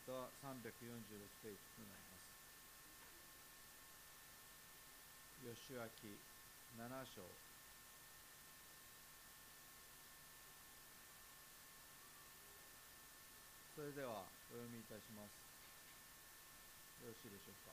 トは346ページとなります。ヨシュア記7章。それではお読みいたします。よろしいでしょうか。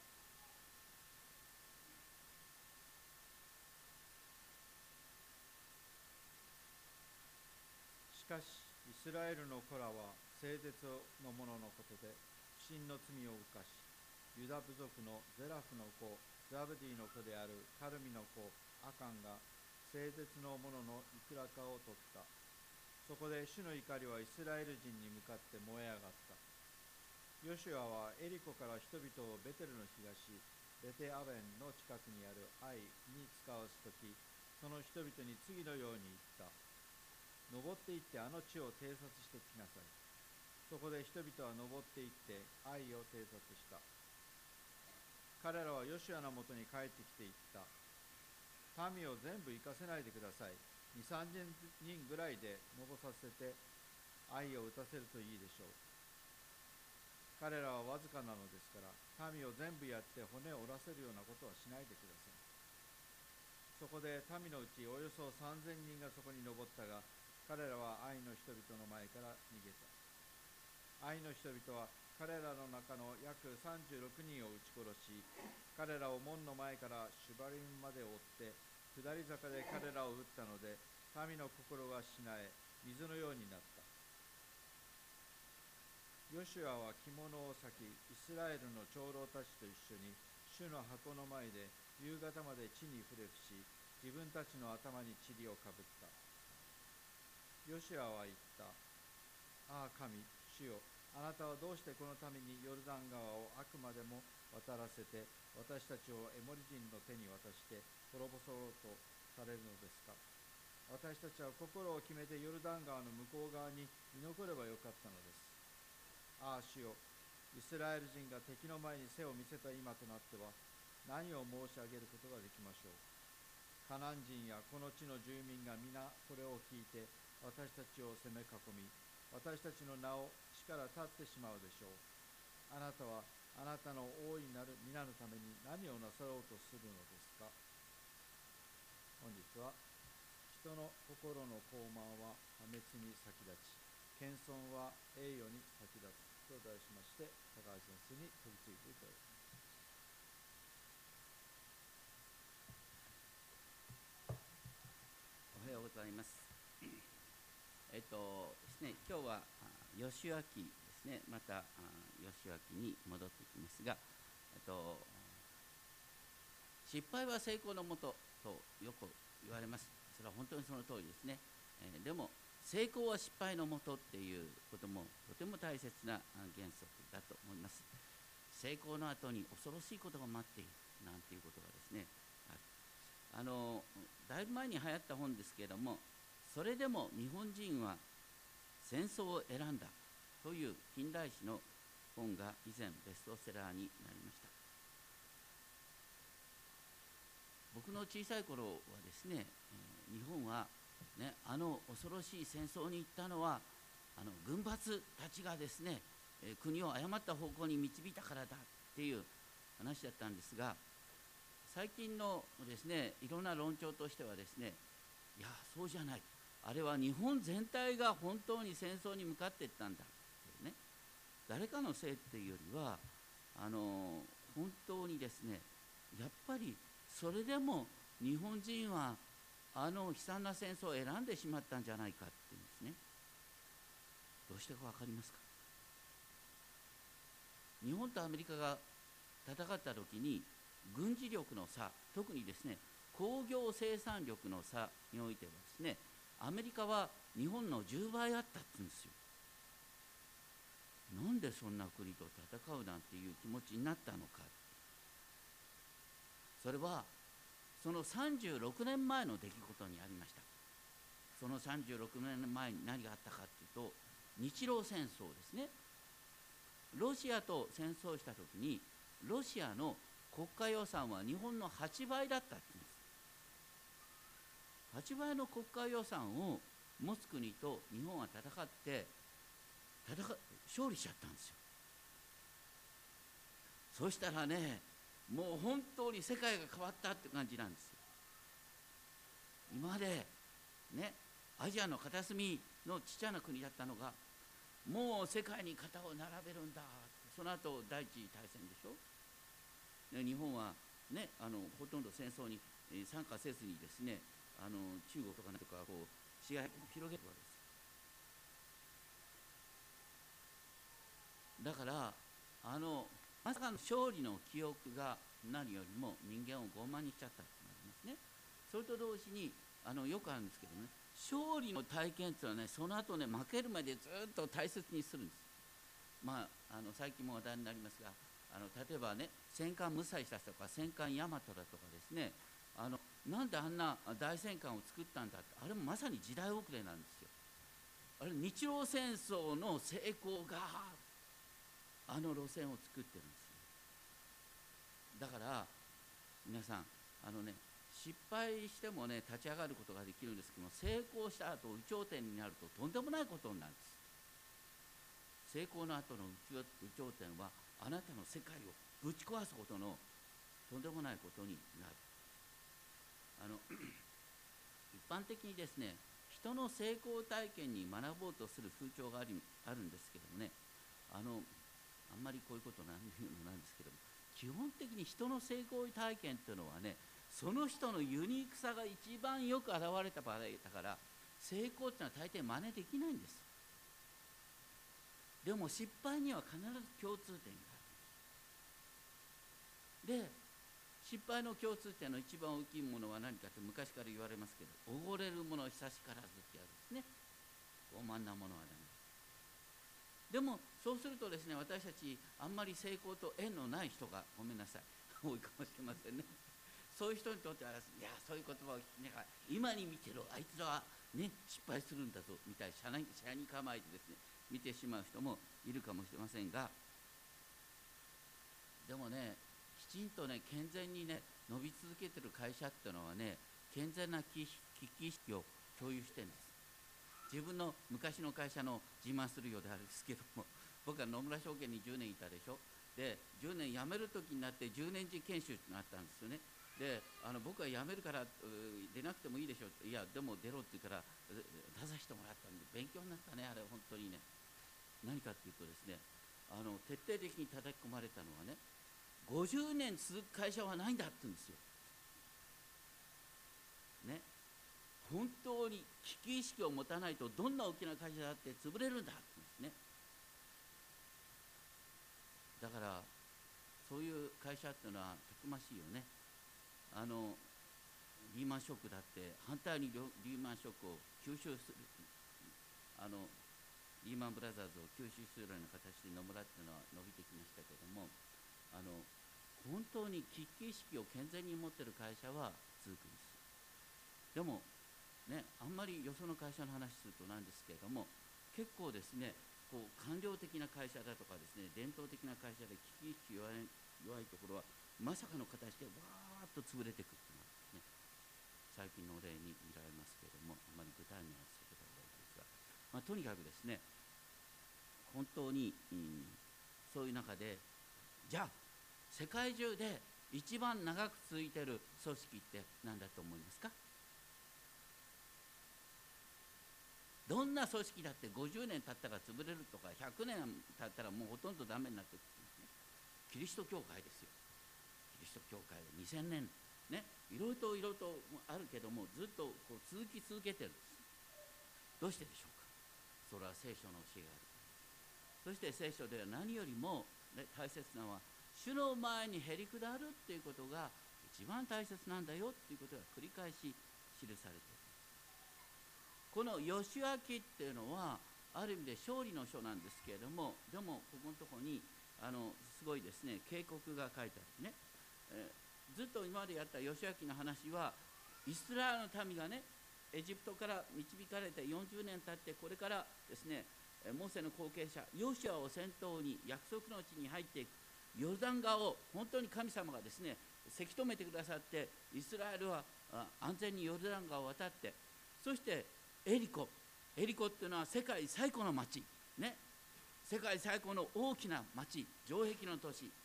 しかしイスラエルの子らは聖絶の者のことで不信の罪を犯し、ユダ部族のゼラフの子ザブディの子であるカルミの子アカンが聖絶の者のいくらかを取った。そこで主の怒りはイスラエル人に向かって燃え上がった。ヨシュアはエリコから人々をベテルの東、ベテアベンの近くにあるアイに使わすとき、その人々に次のように言った。登って行ってあの地を偵察してきなさい。そこで人々は登って行ってアイを偵察した。彼らはヨシュアのもとに帰ってきて言った。民を全部行かせないでください。2、3000人ぐらいで登させてアイを撃たせるといいでしょう。彼らはわずかなのですから、民を全部やって骨を折らせるようなことはしないでください。そこで民のうちおよそ3000人がそこに登ったが、彼らはアイの人々の前から逃げた。アイの人々は彼らの中の約36人を撃ち殺し、彼らを門の前からシュバリンまで追って下り坂で彼らを撃ったので、民の心がしなえ水のようになった。ヨシュアは着物を裂き、イスラエルの長老たちと一緒に主の箱の前で夕方まで地に触れ伏し、自分たちの頭に塵をかぶった。ヨシュアは言った。ああ神、主よ、あなたはどうしてこのためにヨルダン川をあくまでも渡らせて、私たちをエモリ人の手に渡して滅ぼそうとされるのですか。私たちは心を決めてヨルダン川の向こう側に居残ればよかったのです。ああ主よ、イスラエル人が敵の前に背を見せた今となっては、何を申し上げることができましょう。カナン人やこの地の住民が皆それを聞いて、私たちを攻め囲み、私たちの名を地から立ってしまうでしょう。あなたはあなたの大いなる皆のために何をなさろうとするのですか。本日は人の心の高慢は破滅に先立ち、謙遜は栄誉に先立つと題しまして、高橋先生に取り次いでいただきます。 おはようございます。ですね、今日はヨシュア記ですね、またヨシュア記に戻ってきますが、失敗は成功のもととよく言われます。それは本当にその通りですね。でも成功は失敗のもとっていうこともとても大切な原則だと思います。成功の後に恐ろしいことが待っているなんていうことがですねある。だいぶ前に流行った本ですけれども、それでも日本人は戦争を選んだという近代史の本が以前ベストセラーになりました。僕の小さい頃はですね、日本は、ね、恐ろしい戦争に行ったのは軍閥たちがですね、国を誤った方向に導いたからだっていう話だったんですが、最近のですねいろんな論調としてはですね、いやそうじゃない、あれは日本全体が本当に戦争に向かっていったんだってね、誰かのせいっていうよりは本当にですね、やっぱりそれでも日本人は悲惨な戦争を選んでしまったんじゃないかっていうんですね。どうしてか分かりますか。日本とアメリカが戦った時に軍事力の差、特にですね工業生産力の差においてはですね、アメリカは日本の10倍あったって言うんですよ。なんでそんな国と戦うなんていう気持ちになったのか。それはその36年前の出来事にありました。その36年前に何があったかというと、日露戦争ですね。ロシアと戦争したときに、ロシアの国家予算は日本の8倍だったって言うんです。8倍の国家予算を持つ国と日本は戦って勝利しちゃったんですよ。 そしたらね、もう本当に世界が変わったって感じなんですよ。今までね、アジアの片隅のちっちゃな国だったのが、もう世界に肩を並べるんだ。その後第一次大戦でしょ。日本はね、ほとんど戦争に参加せずにですね、中国とかなんとかこう支配を広げるわけです。だからまさかの勝利の記憶が何よりも人間を傲慢にしちゃったとなりますね。それと同時によくあるんですけどね、勝利の体験っていうのはね、その後ね、負けるまでずっと大切にするんです。最近も話題になりますが、例えばね、戦艦ムサイシだとか戦艦ヤマトだとかですね、なんであんな大戦艦を作ったんだって、あれもまさに時代遅れなんですよ。あれ日露戦争の成功が路線を作ってるんですよ。だから皆さん失敗してもね、立ち上がることができるんですけども、成功した後有頂天になるととんでもないことになるんです。成功の後の有頂天はあなたの世界をぶち壊すほどのとんでもないことになる。一般的にですね、人の成功体験に学ぼうとする風潮があるんですけどもね、あんまりこういうことなんていうのなんですけども、基本的に人の成功体験っていうのはね、その人のユニークさが一番よく現れた場合だから、成功っていうのは大抵真似できないんです。でも失敗には必ず共通点がある。で、失敗の共通点の一番大きいものは何かって昔から言われますけど、おごれるもの久しからずってやるんですね。傲慢なものはダメ。でもそうするとですね、私たちあんまり成功と縁のない人がごめんなさい多いかもしれませんね。そういう人にとっては、いや、そういう言葉を聞きながら、今に見てろ、あいつらはね失敗するんだぞみたいな車に構えてですね見てしまう人もいるかもしれませんが、でもね、きちんとね健全にね伸び続けてる会社っていうのはね、健全な危機意識を共有してるんです。自分の昔の会社の自慢するようであるんですけども、僕は野村証券に10年いたでしょ。で10年辞める時になって10年次研修になったんですよね。で僕は辞めるから出なくてもいいでしょって、いやでも出ろって言うから出させてもらったんで勉強になったね。あれ本当にね、何かっていうとですね、徹底的に叩き込まれたのはね、50年続く会社はないんだって言うんですよね。本当に危機意識を持たないとどんな大きな会社だって潰れるんだって言うんですね。だからそういう会社っていうのはたくましいよね。リーマンショックだって反対にリーマンショックを吸収する、リーマンブラザーズを吸収するような形で野村っていうのは伸びてきましたけども、本当に危機意識を健全に持っている会社は続くんです。でもね、あんまりよその会社の話するとなんですけれども、結構ですね、こう官僚的な会社だとかですね、伝統的な会社で危機意識弱いところはまさかの形でわーっと潰れていくっていうのは、ね、最近の例に見られますけれども、あまり具体には避けた方がいいですが、とにかくですね、本当に、そういう中で、じゃあ世界中で一番長く続いている組織って何だと思いますか？どんな組織だって50年経ったら潰れるとか、100年経ったらもうほとんどダメになってくるんですね。キリスト教会ですよ。キリスト教会は2000年ね、いろいろとあるけども、ずっとこう続き続けてるんです。どうしてでしょうか？それは聖書の教えがある。そして聖書では何よりも、ね、大切なのは主の前にへり下るっていうことが一番大切なんだよっていうことが繰り返し記されている。この義明っていうのはある意味で勝利の書なんですけれども、でもここのところにすごいですね警告が書いてあるね。ずっと今までやった義明の話は、イスラエルの民がねエジプトから導かれて40年経って、これからですねモーセの後継者ヨシュアを先頭に約束の地に入っていく。ヨルダン川を本当に神様がですねせき止めてくださって、イスラエルは安全にヨルダン川を渡って、そしてエリコっていうのは世界最古の町ね、世界最古の大きな町、城壁の都市、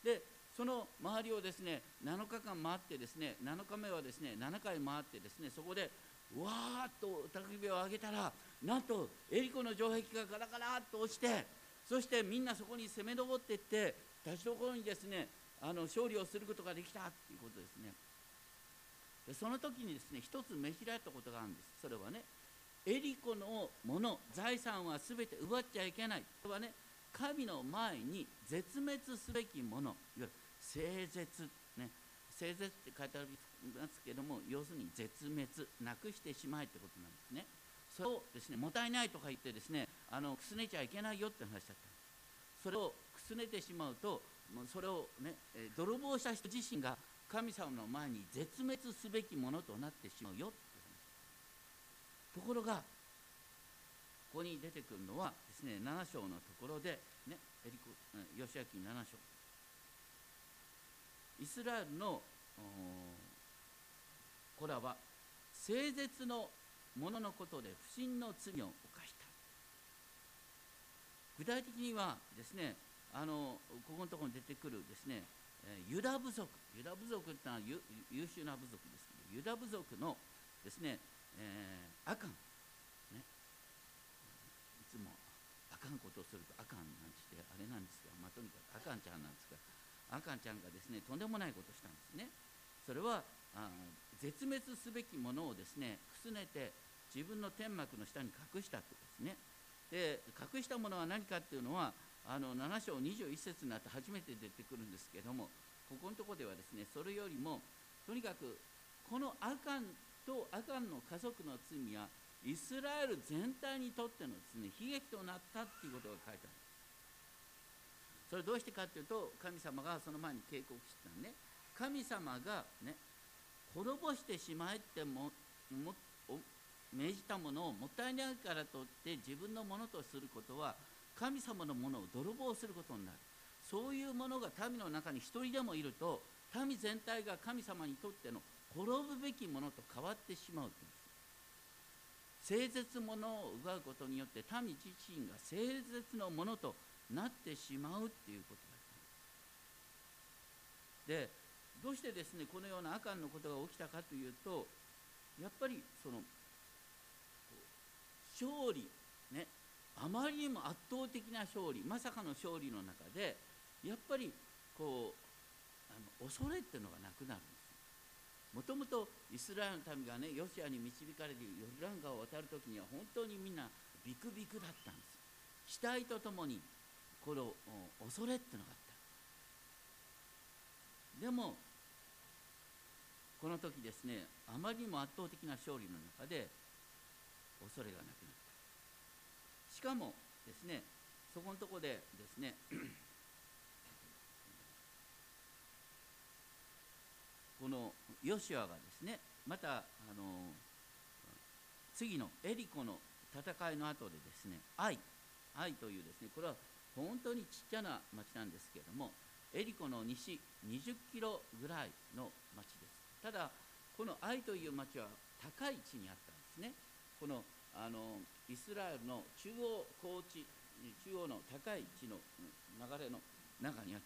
でその周りをですね7日間回ってですね、7日目はですね7回回ってですね、そこでわーっと焚き火を上げたら、なんとエリコの城壁がガラガラっと落ちて、そしてみんなそこに攻め上っていって立ちどころにですね勝利をすることができたということですね。でその時にですね一つ命じられたことがあるんです。それはね、エリコのもの財産はすべて奪っちゃいけない。それはね、神の前に絶滅すべきもの、いわゆる聖絶ね、聖絶って書いてありますけども、要するに絶滅、なくしてしまえってことなんですね。それをですね、もったいないとか言ってですねくすねちゃいけないよって話だった。それをくすねてしまうと、それをね泥棒した人自身が神様の前に絶滅すべきものとなってしまうよって話。ところがここに出てくるのはですね、7章のところでね、ヨシュア記7章、イスラエルの子らは聖絶のもののことで不信の罪を犯した。具体的にはですね、ここのところに出てくるですね、ユダ部族っていうのは優秀な部族ですけど、ユダ部族のですね、アカン、ね、いつもあかんことをするとあかんなんてあれなんですが、とにかくあかんちゃんなんですが、アカンちゃんがですねとんでもないことをしたんですね。それは絶滅すべきものをですねくすねて自分の天幕の下に隠したというですね。で隠したものは何かっていうのは7章21節になって初めて出てくるんですけれども、ここのところではですねそれよりもとにかくこのアカンとアカンの家族の罪はイスラエル全体にとってのですね悲劇となったっていうことが書いてある。それどうしてかっていうと、神様がその前に警告してたね、神様がね滅ぼしてしまえって命じたものをもったいないからとって自分のものとすることは神様のものを泥棒することになる。そういうものが民の中に一人でもいると、民全体が神様にとっての滅ぶべきものと変わってしまうというんです。聖絶ものを奪うことによって民自身が聖絶のものとなってしまうっていうことだった。でどうしてですねこのようなアカンのことが起きたかというと、やっぱりその勝利ね、あまりにも圧倒的な勝利、まさかの勝利の中でやっぱりこう恐れっていうのがなくなるんですよ。もともとイスラエルの民がねヨシアに導かれてヨルダン川を渡るときには本当にみんなビクビクだったんです。期待とともにこの恐れっていうのがあった。でもこの時ですね、あまりにも圧倒的な勝利の中で恐れがなくなった。しかもですね、そこのところでですねこのヨシュアがですねまた次のエリコの戦いの後でですね、アイというですね、これは本当にちっちゃな町なんですけれども、エリコの西20キロぐらいの町です。ただこのアイという町は高い地にあったんですね。このイスラエルの中央高地、中央の高い地の流れの中にあった。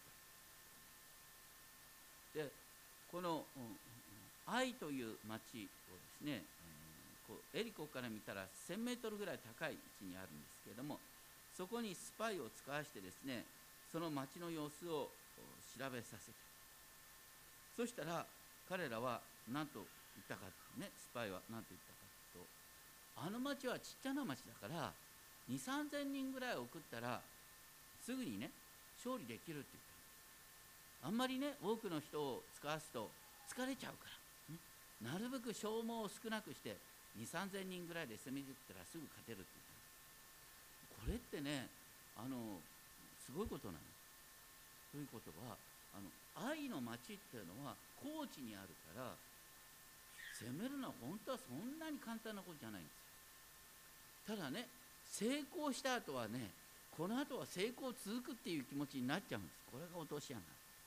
でこのアイという町をですね、エリコから見たら1000メートルぐらい高い位置にあるんですけれども、そこにスパイを使わしてですねその町の様子を調べさせた。そしたら彼らは何と言ったかね、スパイは何と言ったかというと、あの町はちっちゃな町だから2、3000人ぐらい送ったらすぐにね勝利できるって言ったんです。あんまりね多くの人を使わすと疲れちゃうから、ね、なるべく消耗を少なくして2、3000人ぐらいで攻めていったらすぐ勝てるって言ったんです。これってねすごいことなんです。ということは愛の町っていうのは高地にあるから攻めるのは本当はそんなに簡単なことじゃないんですよ。ただね成功した後はねこの後は成功続くっていう気持ちになっちゃうんです。これが落とし穴。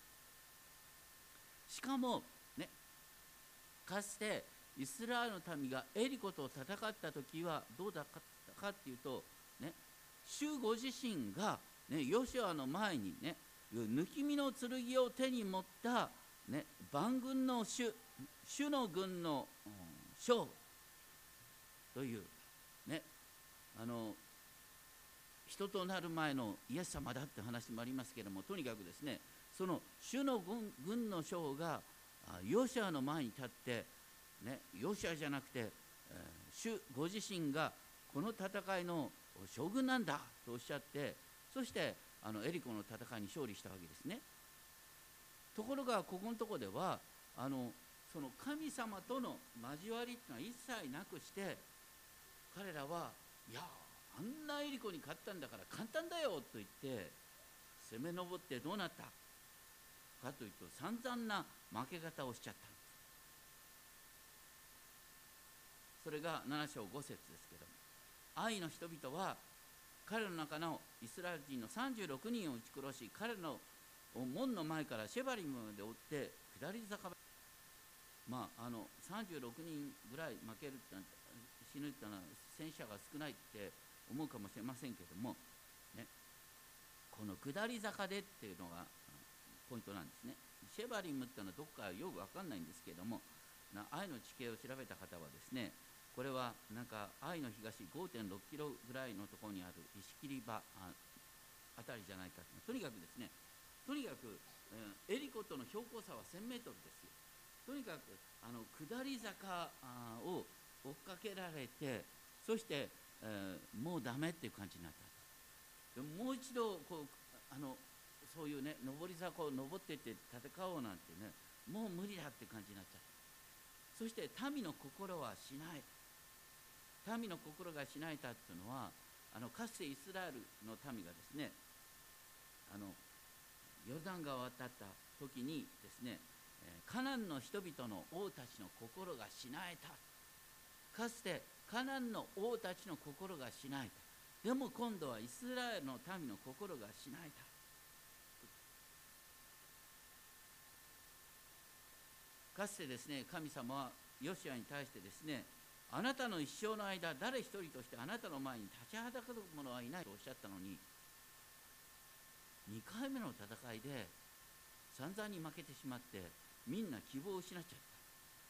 しかもねかつてイスラエルの民がエリコと戦った時はどうだったかっていうとね、主ご自身がねヨシュアの前にね抜き身の剣を手に持った、ね、万軍の主の軍の将という、ね、人となる前のイエス様だって話もありますけれども、とにかくですね、その主の軍の将がヨシュアの前に立って、ね、ヨシュアじゃなくて、主ご自身がこの戦いの将軍なんだとおっしゃって、そしてエリコの戦いに勝利したわけですね。ところがここのところではその神様との交わりっていうのは一切なくして、彼らはいやあんなエリコに勝ったんだから簡単だよと言って攻め上ってどうなったかというと、散々な負け方をしちゃったんです。それが7章5節ですけども、愛の人々は彼の中のイスラエル人の36人を撃ち殺し、彼の門の前からシェバリムまで追って下り坂、36人ぐらい負けるって死ぬってのは戦車が少ないって思うかもしれませんけども、ね、この下り坂でっていうのがポイントなんですね。シェバリムっていうのはどこかよく分かんないんですけども、愛の地形を調べた方はですね、これはなんか愛の東 5.6 キロぐらいのところにある石切り場あたりじゃないかと。とにかくですね、エリコとの標高差は1000メートルですよ。とにかく下り坂を追っかけられて、そして、もうダメっていう感じになった。でもう一度そういうね、上り坂を登っていって戦おうなんてね、もう無理だって感じになっちゃった。そして民の心はしない。民の心がしないたっていうのは、かつてイスラエルの民がですね、ヨルダン川を渡った時にですね、カナンの人々の王たちの心がしなえた。かつてカナンの王たちの心がしなえた。でも今度はイスラエルの民の心がしなえた。かつてですね、神様はヨシュアに対してですね、あなたの一生の間、誰一人としてあなたの前に立ちはだかる者はいないとおっしゃったのに、2回目の戦いで散々に負けてしまって、みんな希望を失っちゃった。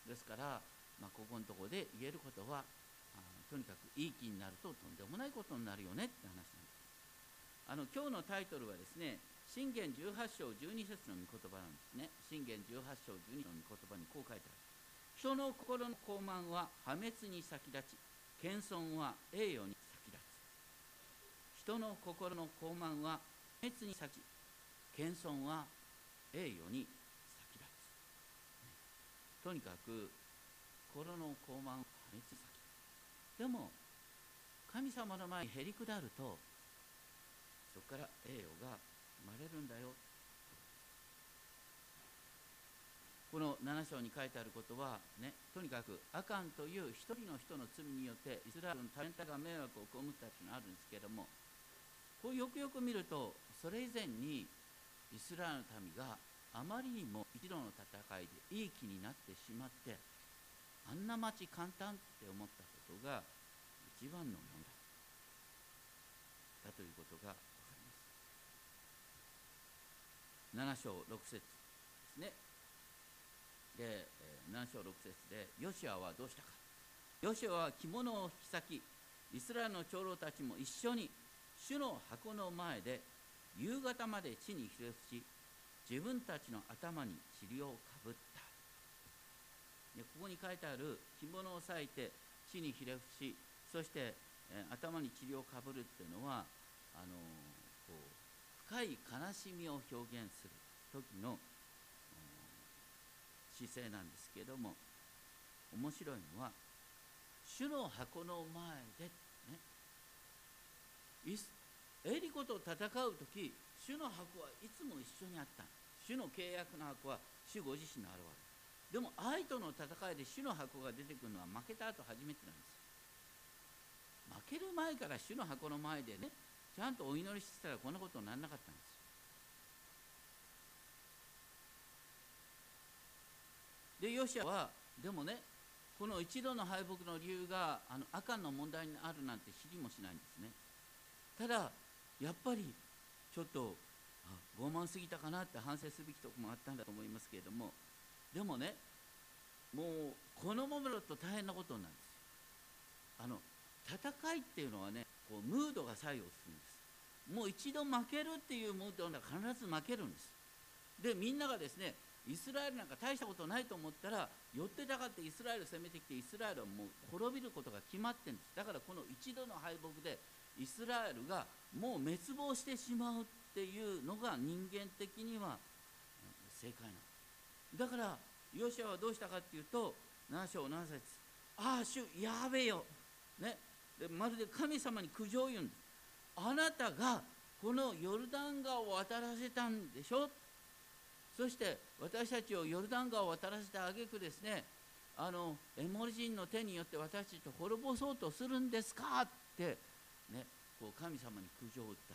ですから、ここのところで言えることは、とにかくいい気になるととんでもないことになるよねって話なんです。今日のタイトルはですね、箴言18章12節の御言葉なんですね。箴言18章12の御言葉にこう書いてある。人の心の傲慢は破滅に先立ち、謙遜は栄誉に先立つ。人の心の傲慢は破滅に先立ち、謙遜は栄誉に先立つ。とにかく心の傲慢は破滅に先立つ。でも神様の前にへりくだると、そこから栄誉が生まれるんだよ。この7章に書いてあることは、ね、とにかくアカンという一人の人の罪によってイスラエルの全体が迷惑を被ったというのがあるんですけれども、こうよくよく見ると、それ以前にイスラエルの民があまりにも一度の戦いでいい気になってしまって、あんな町簡単って思ったことが一番の問題だということが分かります。7章6節ですね。で、7章6節でヨシュアはどうしたか。ヨシュアは着物を引き裂き、イスラエルの長老たちも一緒に主の箱の前で夕方まで地にひれ伏し、自分たちの頭に塵をかぶった。でここに書いてある着物を裂いて地にひれ伏し、そして、頭に塵をかぶるっていうのはこう深い悲しみを表現する時の姿勢なんですけれども、面白いのは主の箱の前で、ね、エリコと戦う時、主の箱はいつも一緒にあった。主の契約の箱は主ご自身の現れ。でも愛との戦いで主の箱が出てくるのは負けた後初めてなんです。負ける前から主の箱の前でね、ちゃんとお祈りしてたらこんなことにならなかったんです。でヨシュアはでもね、この一度の敗北の理由がアカンの問題にあるなんて知りもしないんですね。ただやっぱりちょっと傲慢すぎたかなって反省すべきところもあったんだと思いますけれども、でもね、もうこのままだと大変なことになるんですよ。戦いっていうのはね、こうムードが作用するんです。もう一度負けるっていうムードは必ず負けるんです。でみんながですね、イスラエルなんか大したことないと思ったら寄ってたかってイスラエルを攻めてきて、イスラエルはもう滅びることが決まってるんです。だからこの一度の敗北でイスラエルがもう滅亡してしまうっていうのが人間的には正解なの。だからヨシュアはどうしたかっていうと、7章7節、ああ主やべえよ、ね、でまるで神様に苦情を言うんです。あなたがこのヨルダン川を渡らせたんでしょ。そして私たちをヨルダン川を渡らせた挙句ですね、エモリ人の手によって私たちを滅ぼそうとするんですかって、ね、こう神様に苦情を訴えた。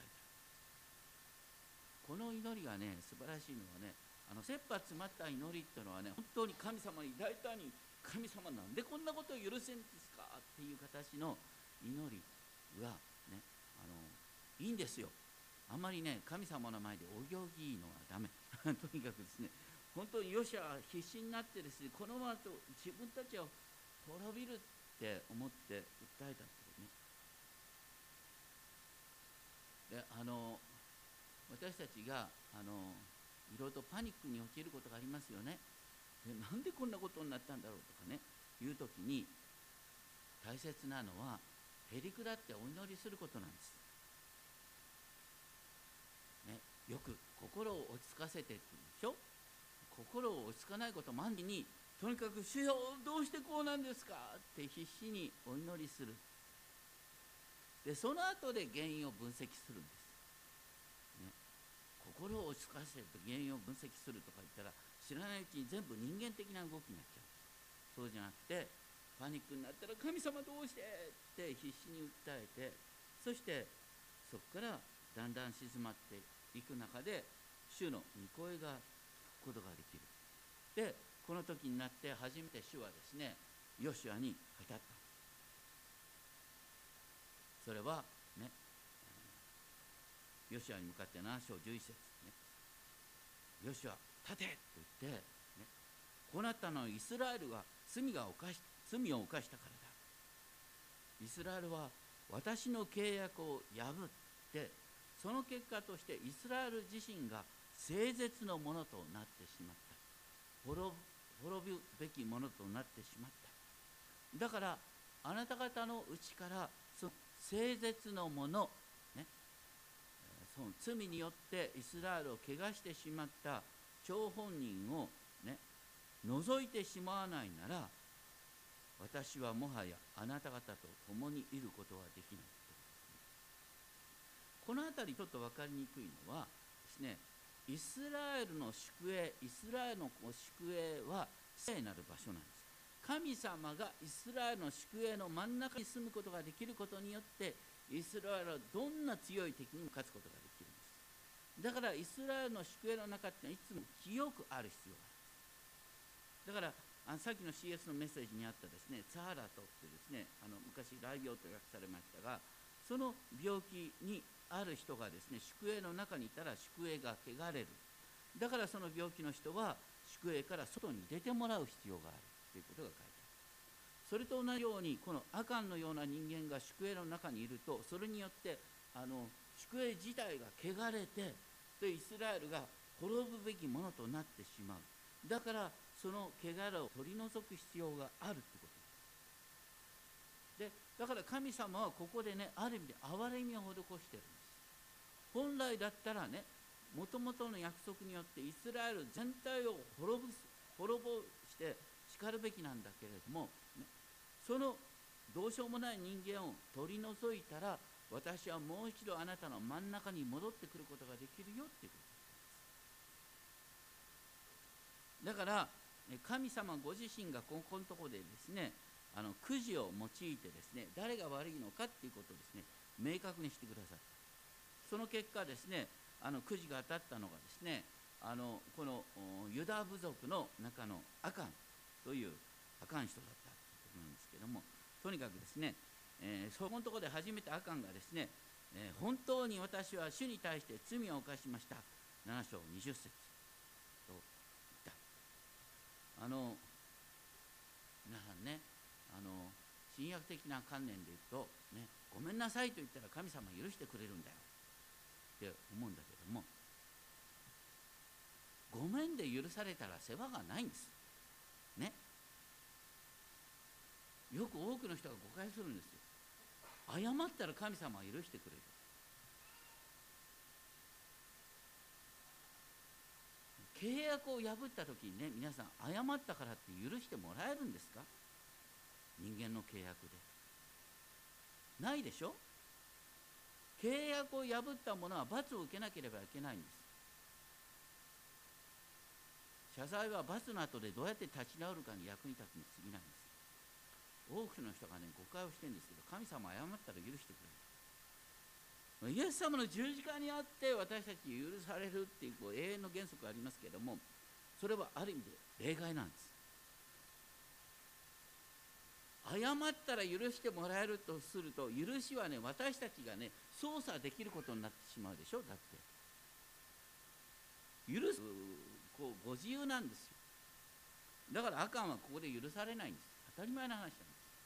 この祈りがね、素晴らしいのはね、切羽詰まった祈りっていうのはね、本当に神様に大胆に、神様なんでこんなことを許せんですかっていう形の祈りがね、いいんですよ。あんまりね、神様の前でお行儀いいのはダメとにかくですね、本当にヨシュアは必死になってですね、このままと自分たちを滅びるって思って訴えたんですね。で私たちがいろいろとパニックに陥ることがありますよね。でなんでこんなことになったんだろうとかね、いう時に大切なのはへりくだってお祈りすることなんです、ね、よく心を落ち着かせてって言うんでしょ。心を落ち着かないこともあんに、とにかく主よどうしてこうなんですかって必死にお祈りする。でその後で原因を分析するんです、ね、心を落ち着かせると原因を分析するとか言ったら、知らないうちに全部人間的な動きになっちゃう。そうじゃなくて、パニックになったら神様どうしてって必死に訴えて、そしてそこからだんだん静まっていく中で主の御声が聞くことができる。でこの時になって初めて主はですね、ヨシュアに語った。それはね、ヨシュアに向かって7章11節ね、ヨシュア立てと言って、ね、こうなったのはイスラエルが罪を犯したからだ。イスラエルは私の契約を破って、その結果としてイスラエル自身が聖絶のものとなってしまった。滅ぶべきものとなってしまった。だからあなた方のうちからその聖絶のもの、ね、その罪によってイスラエルを汚してしまった張本人を、ね、除いてしまわないなら、私はもはやあなた方と共にいることはできない。この辺りちょっと分かりにくいのはですね、イスラエルの宿営、イスラエルの宿営は聖なる場所なんです。神様がイスラエルの宿営の真ん中に住むことができることによって、イスラエルはどんな強い敵にも勝つことができるんです。だからイスラエルの宿営の中っていつも清くある必要がある。だからさっきの CS のメッセージにあったですね、ツァーラトってですね、昔雷病と訳されましたが、その病気にある人がですね、宿営の中にいたら宿営が汚れる。だからその病気の人は宿営から外に出てもらう必要があるということが書いてある。それと同じように、このアカンのような人間が宿営の中にいると、それによって宿営自体が汚れて、でイスラエルが滅ぶべきものとなってしまう。だからその汚れを取り除く必要があるということで、だから神様はここでね、ある意味で憐れみを施しているんです。本来だったらね、もともとの約束によってイスラエル全体を滅ぼして叱るべきなんだけれども、ね、そのどうしようもない人間を取り除いたら、私はもう一度あなたの真ん中に戻ってくることができるよっていうことです。だから神様ご自身がここのところでですね、くじを用いてですね、誰が悪いのかっていうことをですね、明確にしてください。その結果ですね、くじが当たったのがですね、このユダ部族の中のアカンというアカン人だったということなんですけども、とにかくですね、そこのところで初めてアカンがですね、本当に私は主に対して罪を犯しました。 7章20節と言った。皆さんね、新約的な観念で言うと、ね、ごめんなさいと言ったら神様許してくれるんだよって思うんだけども、ごめんで許されたら世話がないんですね。よく多くの人が誤解するんですよ。謝ったら神様は許してくれる。契約を破った時にね、皆さん謝ったからって許してもらえるんですか？人間の契約でないでしょ。契約を破った者は罰を受けなければいけないんです。謝罪は罰の後でどうやって立ち直るかに役に立つに過ぎないんです。多くの人がね、誤解をしてるんですけど、神様謝ったら許してくれる。イエス様の十字架にあって私たち許されるっていう、永遠の原則がありますけれども、それはある意味で例外なんです。謝ったら許してもらえるとすると、許しはね、私たちがね、操作できることになってしまうでしょ。だって許すご自由なんですよ。だからアカンはここで許されないんです。当たり前の話なんです。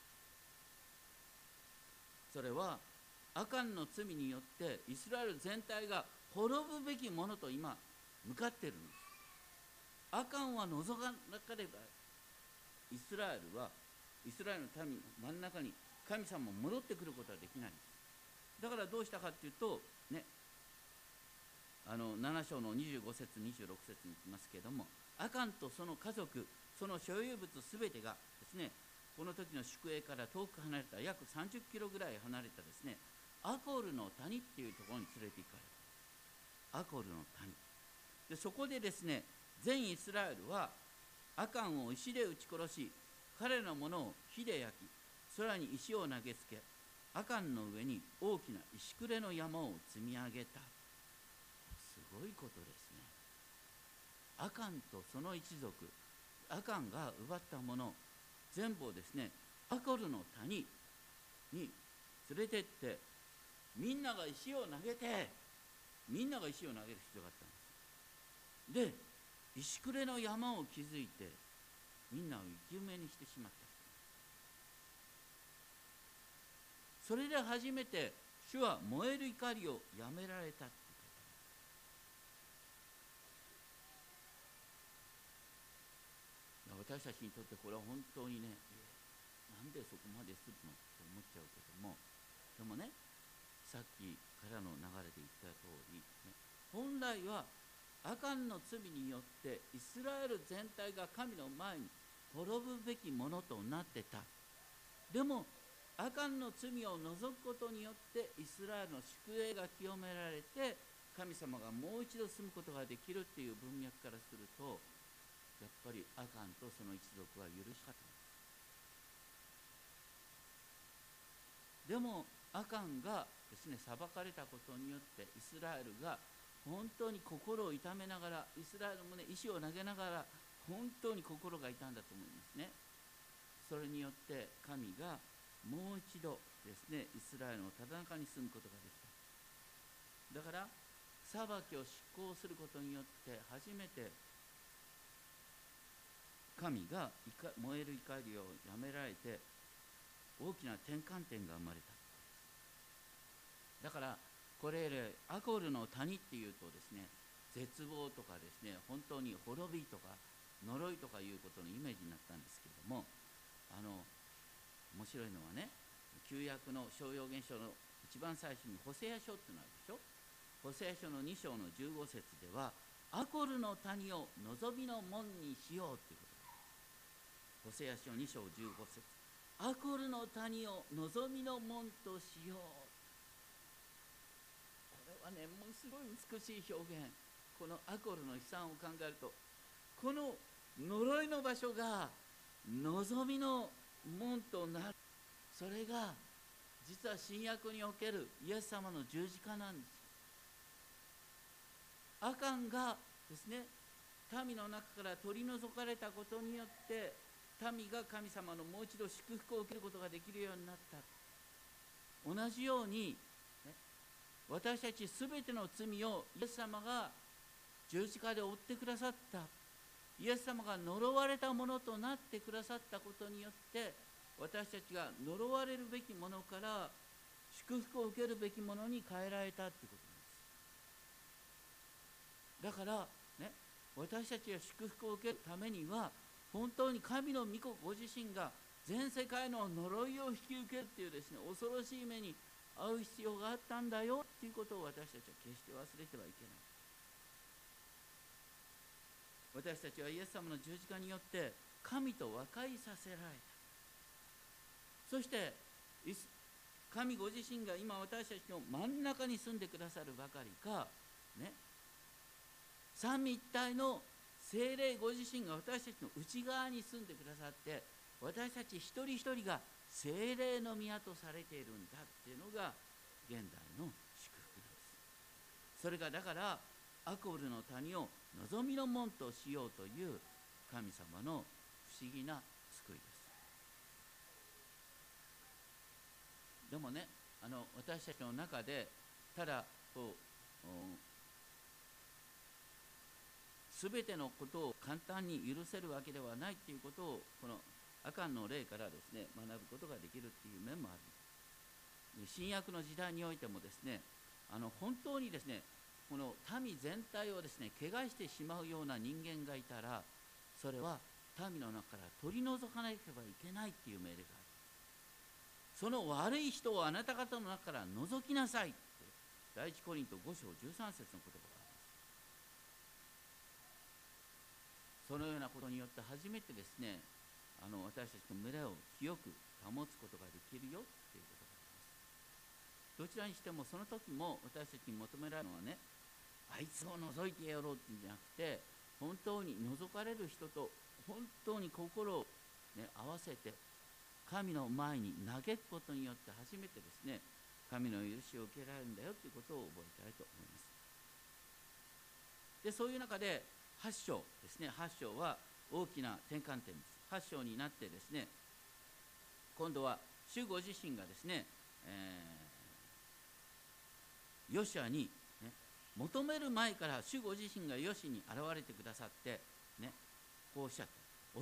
それはアカンの罪によってイスラエル全体が滅ぶべきものと今向かっているんです。アカンは除かなければイスラエルの民の真ん中に神様も戻ってくることはできないんです。だからどうしたかっていうとね、7章の25節26節に行きますけれども、アカンとその家族、その所有物すべてがですね、この時の宿営から遠く離れた約30キロぐらい離れたですね、アコルの谷っていうところに連れて行かれた。アコルの谷で、そこでですね、全イスラエルはアカンを石で撃ち殺し、彼のものを火で焼き、空に石を投げつけ、アカンの上に大きな石くれの山を積み上げた。すごいことですね。アカンとその一族、アカンが奪ったもの全部をですね、アコルの谷に連れてって、みんなが石を投げる必要があったんです。で、石くれの山を築いてみんなを生き埋めにしてしまった。それで初めて主は燃える怒りをやめられたって言った。私たちにとってこれは本当にね、なんでそこまでするのって思っちゃうけども、でもね、さっきからの流れで言った通り、ね、本来はアカンの罪によってイスラエル全体が神の前に滅ぶべきものとなってた。でもアカンの罪を除くことによってイスラエルの宿営が清められて、神様がもう一度住むことができるっていう文脈からすると、やっぱりアカンとその一族は許しかった。でもアカンがですね、裁かれたことによってイスラエルが本当に心を痛めながら、イスラエルもね、石を投げながら本当に心が痛んだと思いますね。それによって神がもう一度ですね、イスラエルのただ中に住むことができた。だから裁きを執行することによって初めて神が燃える怒りをやめられて、大きな転換点が生まれた。だからこれアコルの谷っていうとですね、絶望とかですね、本当に滅びとか呪いとかいうことのイメージになったんですけれども、面白いのはね、旧約の商用現象の一番最初にホセア書っていうのあるでしょ。ホセア書の2章の15節では、アコルの谷を望みの門にしようっていうことです。ホセア書2章15節、アコルの谷を望みの門としよう。これはね、ものすごい美しい表現。このアコルの悲惨を考えると、この呪いの場所が望みの門となる。それが実は新約におけるイエス様の十字架なんです。アカンがですね、民の中から取り除かれたことによって民が神様のもう一度祝福を受けることができるようになった。同じように、ね、私たちすべての罪をイエス様が十字架で追ってくださったイエス様が呪われたものとなってくださったことによって、私たちが呪われるべきものから祝福を受けるべきものに変えられたということなんです。だからね、私たちが祝福を受けるためには、本当に神の御子ご自身が全世界の呪いを引き受けるというですね、恐ろしい目に遭う必要があったんだよということを私たちは決して忘れてはいけない。私たちはイエス様の十字架によって神と和解させられた。そして神ご自身が今私たちの真ん中に住んでくださるばかりか、ね、三位一体の聖霊ご自身が私たちの内側に住んでくださって、私たち一人一人が聖霊の宮とされているんだっていうのが現代の祝福です。それがだからアコルの谷を望みの門としようという神様の不思議な救いです。でもね、私たちの中でただこう全てのことを簡単に許せるわけではないということを、このアカンの例からですね学ぶことができるっていう面もある。新約の時代においてもですね、本当にですねこの民全体をですね汚してしまうような人間がいたら、それは民の中から取り除かなければいけないっていう命令がある。その悪い人をあなた方の中から除きなさいって第一コリント5章13節の言葉があります。そのようなことによって初めてですね、私たちの群れを清く保つことができるよっていうことがあります。どちらにしてもその時も私たちに求められるのはね、あいつを除いてやろうっていうんじゃなくて、本当に除かれる人と本当に心を、ね、合わせて神の前に嘆くことによって初めてですね、神の許しを受けられるんだよということを覚えたいと思います。で、そういう中で8章ですね、8章は大きな転換点です。8章になってですね、今度は主ご自身がですね、ヨシュアに、ね、求める前から主ご自身がヨシュに現れてくださって、ね、こうおっしゃった。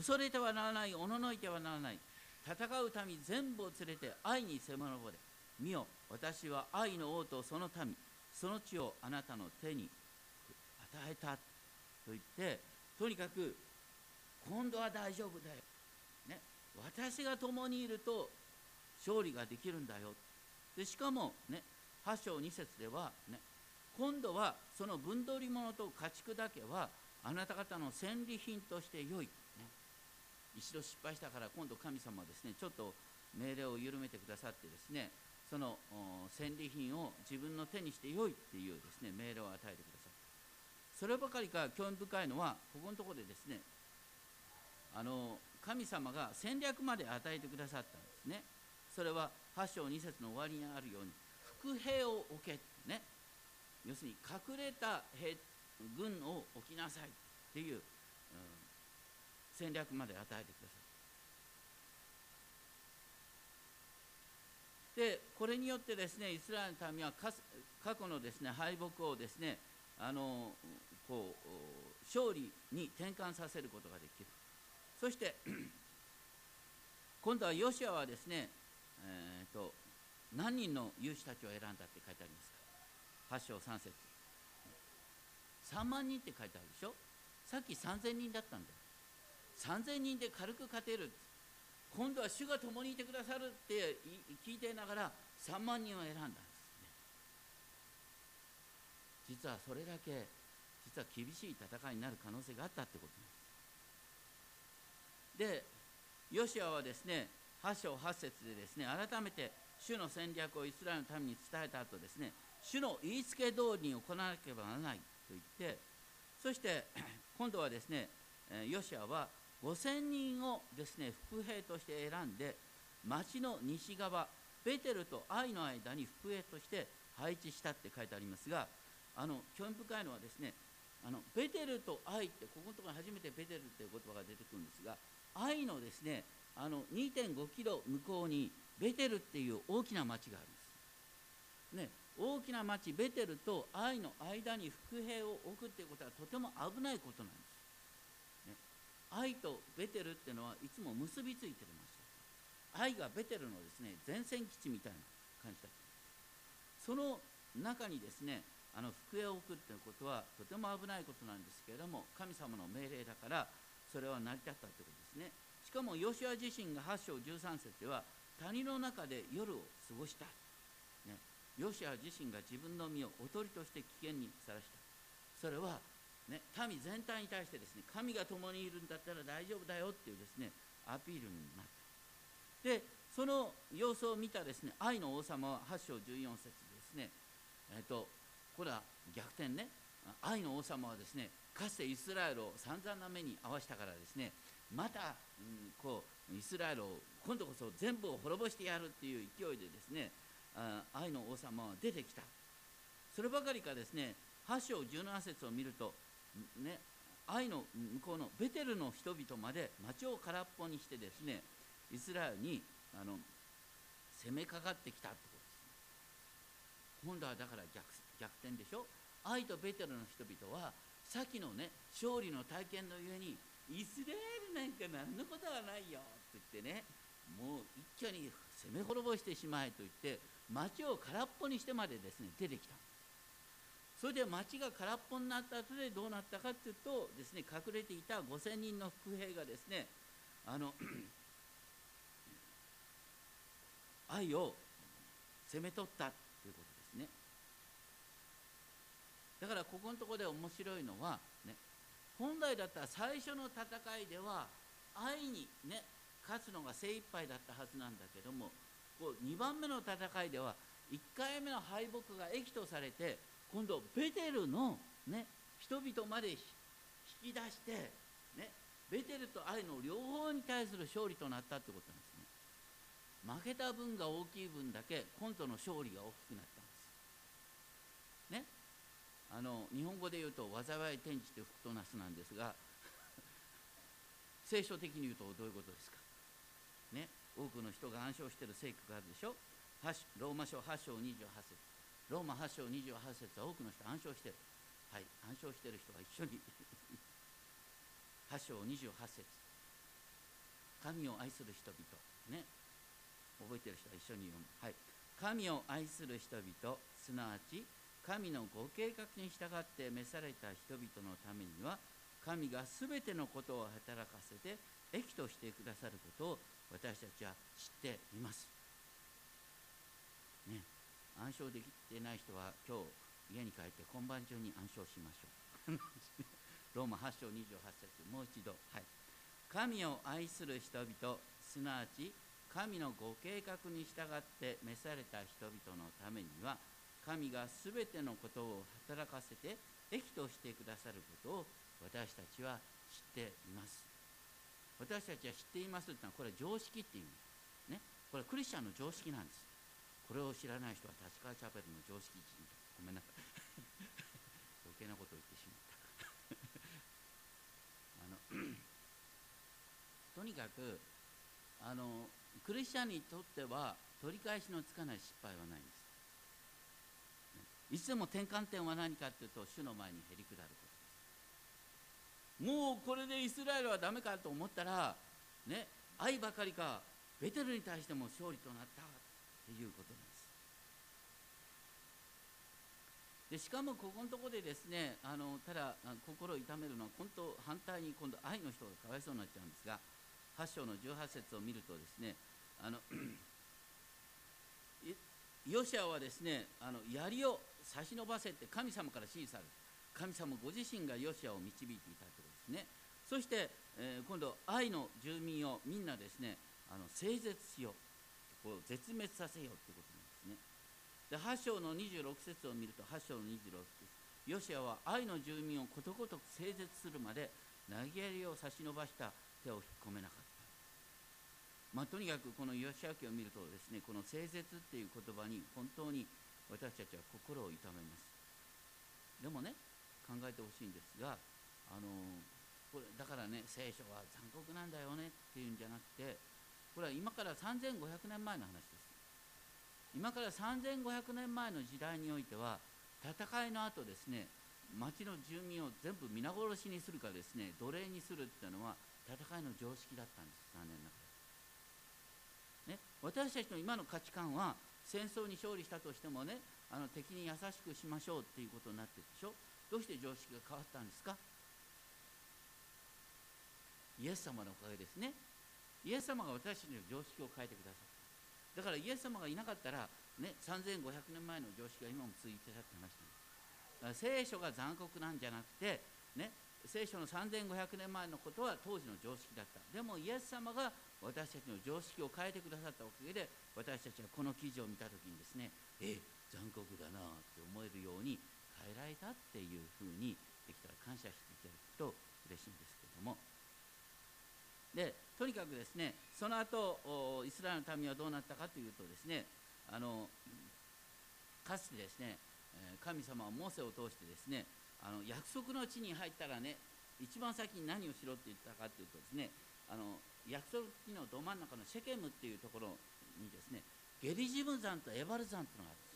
恐れてはならない、おののいてはならない。戦う民全部を連れて愛に迫るぼれ。見よ、私は愛の王とその民、その地をあなたの手に与えたと言って、とにかく今度は大丈夫だよ、ね、私が共にいると勝利ができるんだよ。でしかもね、8章2節では、ね、今度はその分取り物と家畜だけはあなた方の戦利品として良い、ね、一度失敗したから今度神様はですねちょっと命令を緩めてくださってですね、その戦利品を自分の手にして良いっていうですね命令を与えてください。そればかりか興味深いのはここのところでですね、神様が戦略まで与えてくださったんですね。それは8章2節の終わりにあるように伏兵を置け、ね、要するに隠れた軍を置きなさいっていう、戦略まで与えてください。でこれによってですねイスラエルの民は過去のですね敗北をですねこう勝利に転換させることができる。そして今度はヨシュアはですね、何人の勇士たちを選んだって書いてありますか。8章3節3万人って書いてあるでしょ。さっき3000人だったんだよ。3000人で軽く勝てる。今度は主が共にいてくださるって聞いてながら3万人を選んだんですね。実はそれだけ実は厳しい戦いになる可能性があったってことなんです。でヨシュアはですね8章8節でですね改めて主の戦略をイスラエルの民に伝えた後ですね、主の言いつけ通りに行わなければならないと言って、そして今度はですねヨシュアは5000人をですね伏兵として選んで町の西側ベテルとアイの間に伏兵として配置したって書いてありますが、興味深いのはですねベテルとアイってここのところに初めてベテルっていう言葉が出てくるんですが、アイのですね2.5 キロ向こうにベテルっていう大きな町があるんです、ね、 大きな町ベテルとアイの間に伏兵を置くっていうことはとても危ないことなんです、ね、アイとベテルっていうのはいつも結びついてる町。アイがベテルのですね前線基地みたいな感じだった。その中にですね伏兵を置くっていうことはとても危ないことなんですけれども、神様の命令だからそれは成り立ったということですね。しかもヨシュア自身が8章13節では谷の中で夜を過ごした、ね、ヨシュア自身が自分の身をおとりとして危険にさらした。それは、ね、民全体に対してですね、神が共にいるんだったら大丈夫だよっていうですねアピールになった。でその様子を見たですねアイの王様は8章14節ですね、これは逆転ね。アイの王様はですねかつてイスラエルを散々な目に遭わしたからですね、また、イスラエルを今度こそ全部を滅ぼしてやるっていう勢いでですねアイの王様は出てきた。そればかりかですね8章17節を見るとね、アイの向こうのベテルの人々まで町を空っぽにしてですねイスラエルに攻めかかってきたってことです。今度はだから逆転でしょ。アイとベテルの人々はさっきのね勝利の体験のゆえにイスラエルなんか何のことはないよって言ってね、もう一挙に攻め滅ぼしてしまえと言って町を空っぽにしてまでですね出てきた。それで町が空っぽになった後でどうなったかというとですね、隠れていた5000人の伏兵がですねアイを攻め取ったということですね。だからここのところで面白いのは、ね、本来だったら最初の戦いではアイに、ね、勝つのが精一杯だったはずなんだけども、2番目の戦いでは1回目の敗北が益とされて今度ベテルの、ね、人々まで引き出して、ね、ベテルとアイの両方に対する勝利となったってことなんですね。負けた分が大きい分だけ今度の勝利が大きくなったんですね。日本語で言うと災い転じて福となすなんですが聖書的に言うとどういうことですか、ね、多くの人が暗唱している聖句があるでしょ。ローマ書8章28節、ローマ8章28節は多くの人暗唱している。はい、暗唱している人は一緒に8章28節、神を愛する人々ね、覚えている人は一緒に読む。はい、神を愛する人々、すなわち神のご計画に従って召された人々のためには神がすべてのことを働かせて益としてくださることを私たちは知っています、ね、暗唱できてない人は今日家に帰って今晩中に暗唱しましょうローマ8章28節、もう一度、はい、神を愛する人々、すなわち神のご計画に従って召された人々のためには神がすべてのことを働かせて益としてくださることを私たちは知っています。私たちは知っていますというのはこれは常識っていう意味、ね、これはクリスチャンの常識なんです。これを知らない人は立川チャペルの常識人だ。ごめんなさい余計なことを言ってしまったとにかくクリスチャンにとっては取り返しのつかない失敗はないんです。いつでも転換点は何かというと主の前にへり下ることです。もうこれでイスラエルはダメかと思ったら、ね、愛ばかりかベテルに対しても勝利となったということです。でしかもここのところでですねただ心を痛めるのは本当反対に今度愛の人がかわいそうになっちゃうんですが、8章の18節を見るとですねヨシュアはですね槍を差し伸ばせって神様から指示される。神様ご自身がヨシュアを導いていたということですね。そして、今度愛の住民をみんなですね整絶しよう、絶滅させようということなんですね。で8章の26節を見ると、8章の26節、ヨシュアは愛の住民をことごとく整絶するまで投げ槍を差し伸ばした手を引っ込めなかった。とにかくこのヨシュア記を見るとですね、この整絶っていう言葉に本当に私たちは心を痛めます。でもね、考えてほしいんですが、これだからね、聖書は残酷なんだよねっていうんじゃなくて、これは今から3500年前の話です。 今から3500年前の時代においては、戦いの後ですね、町の住民を全部皆殺しにするかですね、奴隷にするっていうのは戦いの常識だったんです。残念ながら、ね、私たちの今の価値観は、戦争に勝利したとしてもね、敵に優しくしましょうっていうことになってるでしょ。どうして常識が変わったんですか。イエス様のおかげですね。イエス様が私たちの常識を変えてくださった。だからイエス様がいなかったら、ね、3500年前の常識が今も続いてたって話なんです。だから聖書が残酷なんじゃなくて、ね、聖書の3500年前のことは当時の常識だった。でもイエス様が私たちの常識を変えてくださったおかげで、私たちはこの記事を見たときにですね、残酷だなって思えるように変えられたっていうふうにできたら感謝していただくと嬉しいんですけれども、でとにかくですね、その後イスラエルの民はどうなったかというとですね、かつてですね、神様はモーセを通してですね、約束の地に入ったらね、一番先に何をしろって言ったかというとですね、約束の地のど真ん中のシェケムっていうところにですね、ゲリジム山とエバル山というのがあるんです。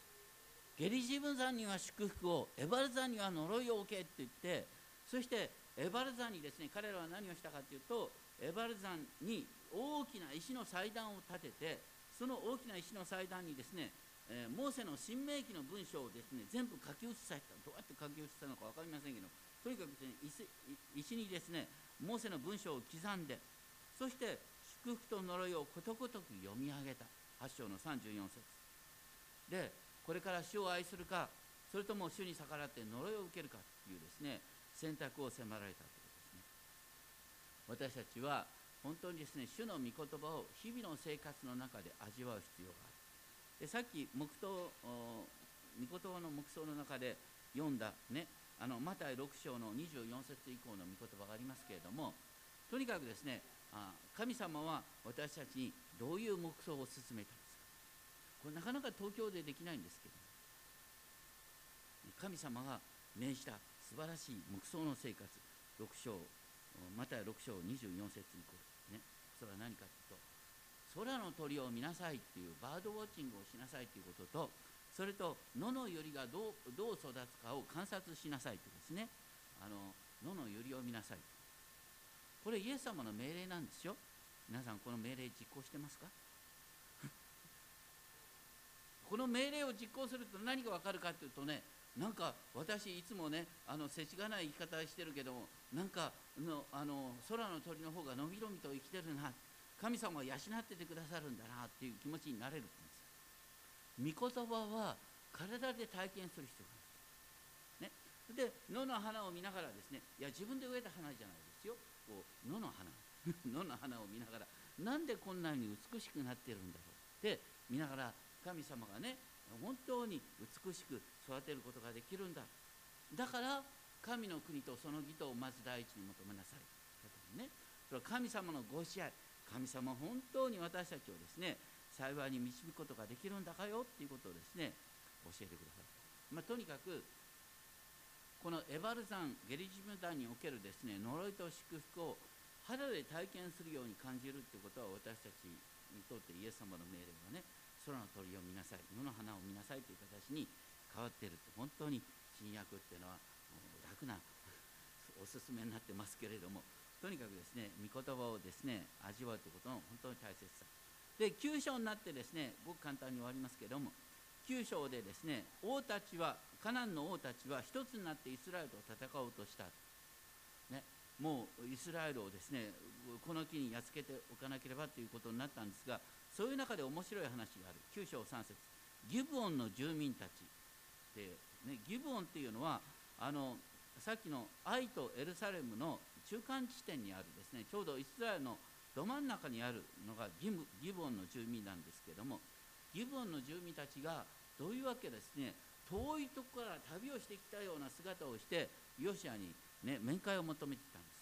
ゲリジム山には祝福を、エバル山には呪いを受けって言って、そしてエバル山にですね、彼らは何をしたかというと、エバル山に大きな石の祭壇を建てて、その大きな石の祭壇にですね、モーセの新明記の文章をですね、全部書き写させた。どうやって書き写したのか分かりませんけど、とにかくですね、石にですね、モーセの文章を刻んで、そして祝福と呪いをことごとく読み上げた。8章の34節で、これから主を愛するか、それとも主に逆らって呪いを受けるかというですね、選択を迫られたということですね。私たちは本当にですね、主の御言葉を日々の生活の中で味わう必要がある。でさっき御言葉の黙想の中で読んだね、マタイ6章の24節以降の御言葉がありますけれども、とにかくですね、神様は私たちにどういう黙想を進めたんですか。これなかなか東京でできないんですけど、神様が命じた素晴らしい黙想の生活、6章マタイ6章24節以降ね、それは何かというと、空の鳥を見なさいっていうバードウォッチングをしなさいということと、それと野のユリがどう育つかを観察しなさいとですね、野のユリを見なさい。これイエス様の命令なんですよ。皆さんこの命令実行してますか？この命令を実行すると何が分かるかというとね、なんか私いつもね、世知がない生き方してるけども、なんか空の鳥の方がのびのびと生きてるな、神様は養っててくださるんだなっていう気持ちになれるんです。御言葉は体で体験する必要がある、ね、で野の花を見ながらですね、いや自分で植えた花じゃないですよ、こう野の花野の花を見ながら、なんでこんなに美しくなってるんだろうって見ながら、神様がね、本当に美しく育てることができるんだ。だから神の国とその義とをまず第一に求めなさい。ね、それは神様のご支配、神様本当に私たちをですね、幸いに導くことができるんだかよっていうことをですね、教えてください。とにかくこのエバル山、ゲリジム山におけるですね、呪いと祝福を肌で体験するように感じるってことは、私たちにとってイエス様の命令はね、空の鳥を見なさい、野の花を見なさいという形に変わっているって、本当に新約っていうのは楽なおすすめになってますけれども、とにかくですね、御言葉をですね、味わうということの本当に大切さで、9章になってですね、ごく簡単に終わりますけれども、9章でですね、カナンの王たちは一つになってイスラエルと戦おうとした、ね、もうイスラエルをですね、この木にやっつけておかなければということになったんですが、そういう中で面白い話がある。9章3節、ギブオンの住民たちで、ね、ギブオンっていうのはさっきのアイとエルサレムの中間地点にあるですね、ちょうどイスラエルのど真ん中にあるのがギブオンの住民なんですけども、ギブオンの住民たちがどういうわけですね、遠いところから旅をしてきたような姿をしてヨシアに、ね、面会を求めてきたんです。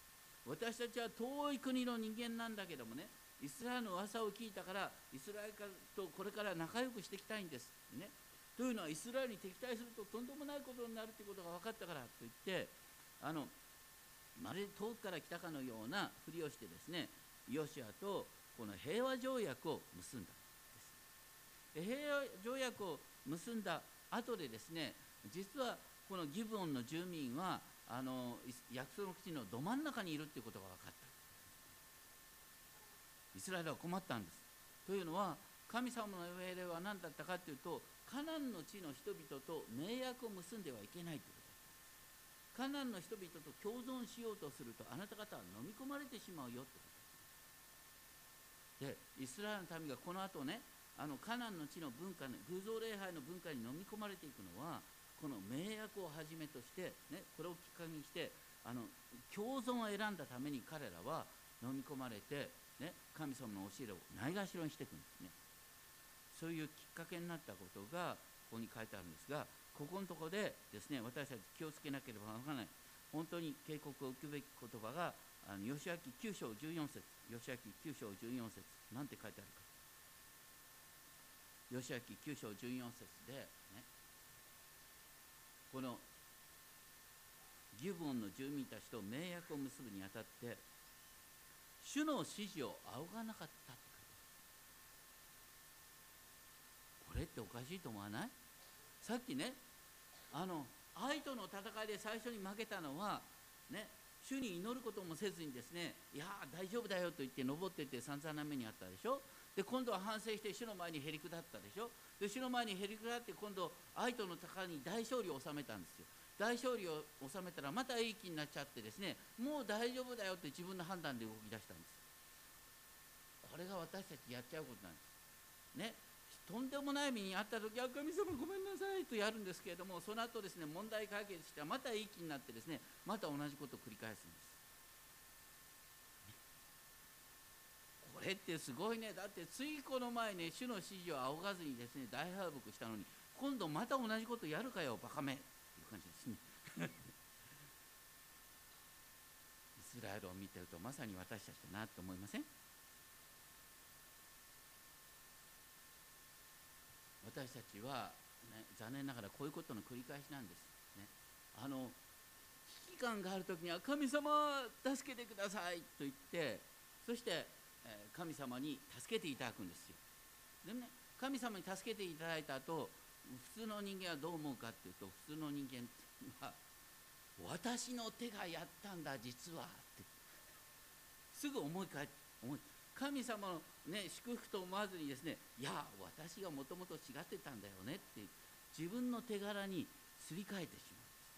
私たちは遠い国の人間なんだけどもね、イスラエルの噂を聞いたからイスラエルとこれから仲良くしていきたいんです、ね、というのはイスラエルに敵対するととんでもないことになるということが分かったからと言って、まるで遠くから来たかのようなふりをしてですね、ヨシアとこの平和条約を結んだんです。 平和条約を結んだ後でですね、実はこのギブオンの住民は約束の地のど真ん中にいるということが分かった。イスラエルは困ったんです。というのは、神様の命令は何だったかというと、カナンの地の人々と盟約を結んではいけないということだったんです。カナンの人々と共存しようとすると、あなた方は飲み込まれてしまうよということで、イスラエルの民がこの後ね、カナンの地の文化、偶像礼拝の文化に飲み込まれていくのは、この盟約をはじめとして、ね、これをきっかけにして共存を選んだために彼らは飲み込まれて、ね、神様の教えをないがしろにしていくんですね。そういうきっかけになったことがここに書いてあるんですが、ここのところでですね、私たち気をつけなければならない、本当に警告を受けべき言葉がヨシュア記9章14節、ヨシュア記9章14節なんて書いてあるか。ヨシュア記9章14節で、ね、このギブオンの住民たちと盟約を結ぶにあたって主の指示を仰がなかったって書いてある。これっておかしいと思わない？さっきね、愛との戦いで最初に負けたのはね、主に祈ることもせずにですね、いや大丈夫だよと言って登っていって散々な目にあったでしょ。で今度は反省して主の前にへり下ったでしょ。で主の前にへり下って今度愛との戦いに大勝利を収めたんですよ。大勝利を収めたらまたいい気になっちゃってですね、もう大丈夫だよって自分の判断で動き出したんです。これが私たちやっちゃうことなんですね。とんでもない目にあった時は神様ごめんなさいとやるんですけれども、その後ですね、問題解決してまたいい気になってですね、また同じことを繰り返すんです。これってすごいね。だってついこの前ね、主の指示を仰がずにですね大敗北したのに、今度また同じことやるかよバカめっていう感じですねイスラエルを見てるとまさに私たちだなと思いません？私たちは、ね、残念ながらこういうことの繰り返しなんです、ね、危機感があるときには神様助けてくださいと言って、そして、神様に助けていただくんですよ。でもね、神様に助けていただいた後、普通の人間はどう思うかっていうと、普通の人間は私の手がやったんだ実はってすぐ思い神様の、ね、祝福と思わずにですね、いや私がもともと違ってたんだよねって自分の手柄にすり替えてし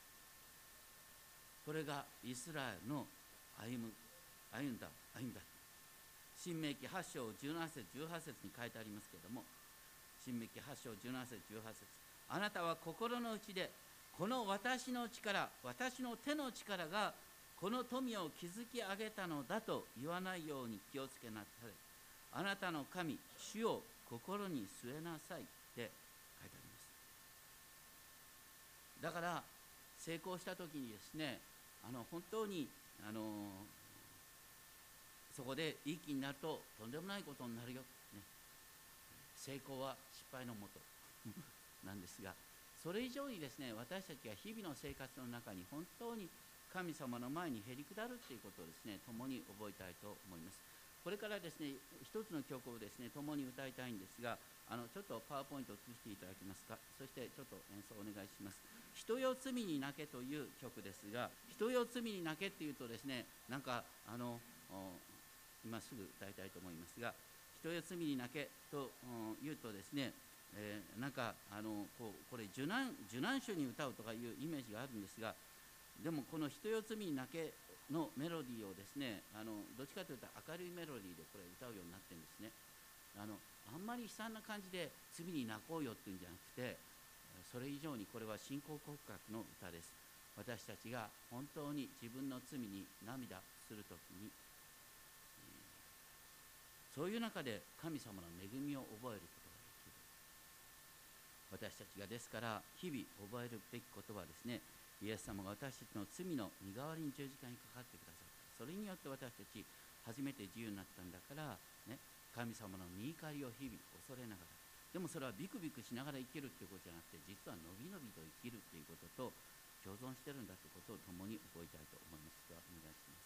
まうんです。これがイスラエルの歩んだ新明記8章17節18節に書いてありますけれども、新明記8章17節18節、あなたは心の内でこの私の力、私の手の力がこの富を築き上げたのだと言わないように気をつけなさい。あなたの神主を心に据えなさいって書いてあります。だから成功した時にですね、本当にそこでいい気になるととんでもないことになるよ、ね、成功は失敗のもとなんですが、それ以上にですね、私たちが日々の生活の中に本当に神様の前にへり下るということをですね、共に覚えたいと思います。これからですね、一つの曲をですね、共に歌いたいんですが、ちょっとパワーポイントを映していただけますか。そしてちょっと演奏お願いします。人よ罪に泣けという曲ですが、人よ罪に泣けっていうとですね、なんか今すぐ歌いたいと思いますが、人よ罪に泣けと言うとですね、なんかこれ受難種に歌うとかいうイメージがあるんですが、でもこの人よ罪に泣けのメロディーをですね、どっちかというと明るいメロディーでこれ歌うようになってるんですね。あんまり悲惨な感じで罪に泣こうよっていうんじゃなくて、それ以上にこれは信仰告白の歌です。私たちが本当に自分の罪に涙するときに、そういう中で神様の恵みを覚えることができる。私たちがですから日々覚えるべきことはですね、イエス様が私たちの罪の身代わりに十字架にかかってくださった。それによって私たち初めて自由になったんだから、ね、神様の御怒りを日々恐れながら、でもそれはビクビクしながら生きるということじゃなくて、実はのびのびと生きるということと共存してるんだということを共に覚えたいと思います。ではお願いします。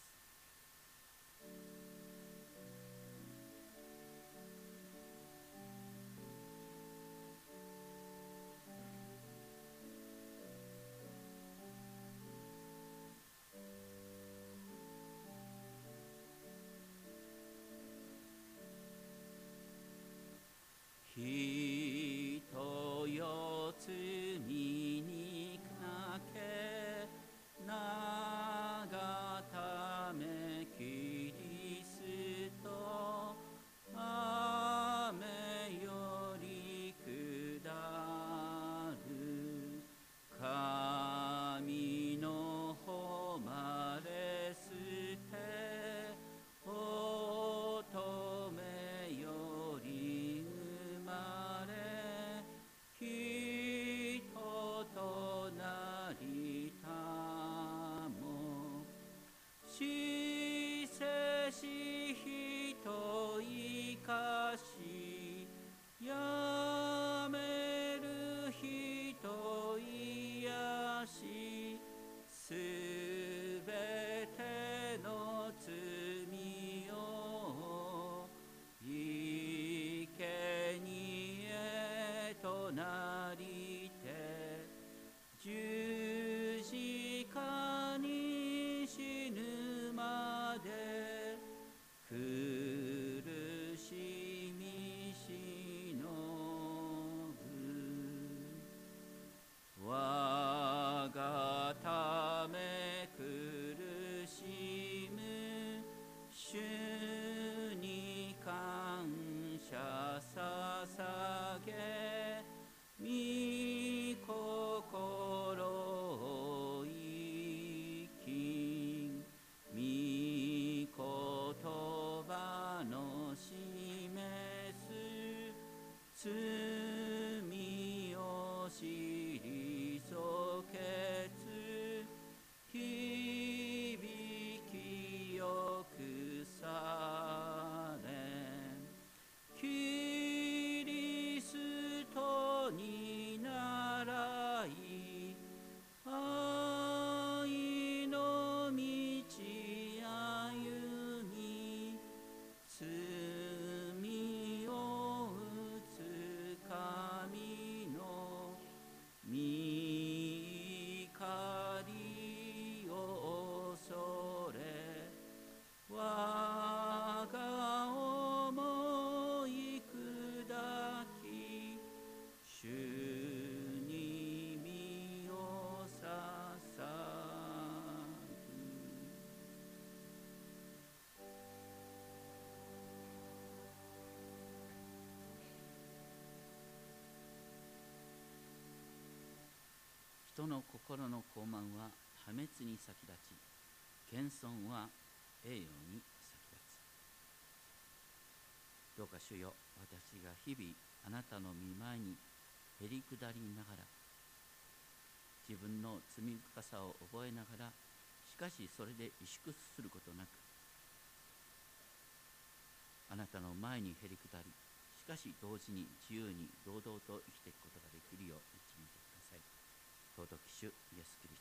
罪を退けつ響きよくされキリストにならい愛の道歩み罪を打つ神の御怒りを恐れ我が思い砕き主に身を捧ぐ。人の心の傲慢は破滅に先立ち、謙遜は栄誉に先立つ。どうか主よ、私が日々あなたの御前にへり下りながら、自分の罪深さを覚えながら、しかしそれで萎縮することなく、あなたの前にへり下り、しかし同時に自由に堂々と生きていくことができるよう導いてください。尊き主イエス・キリスト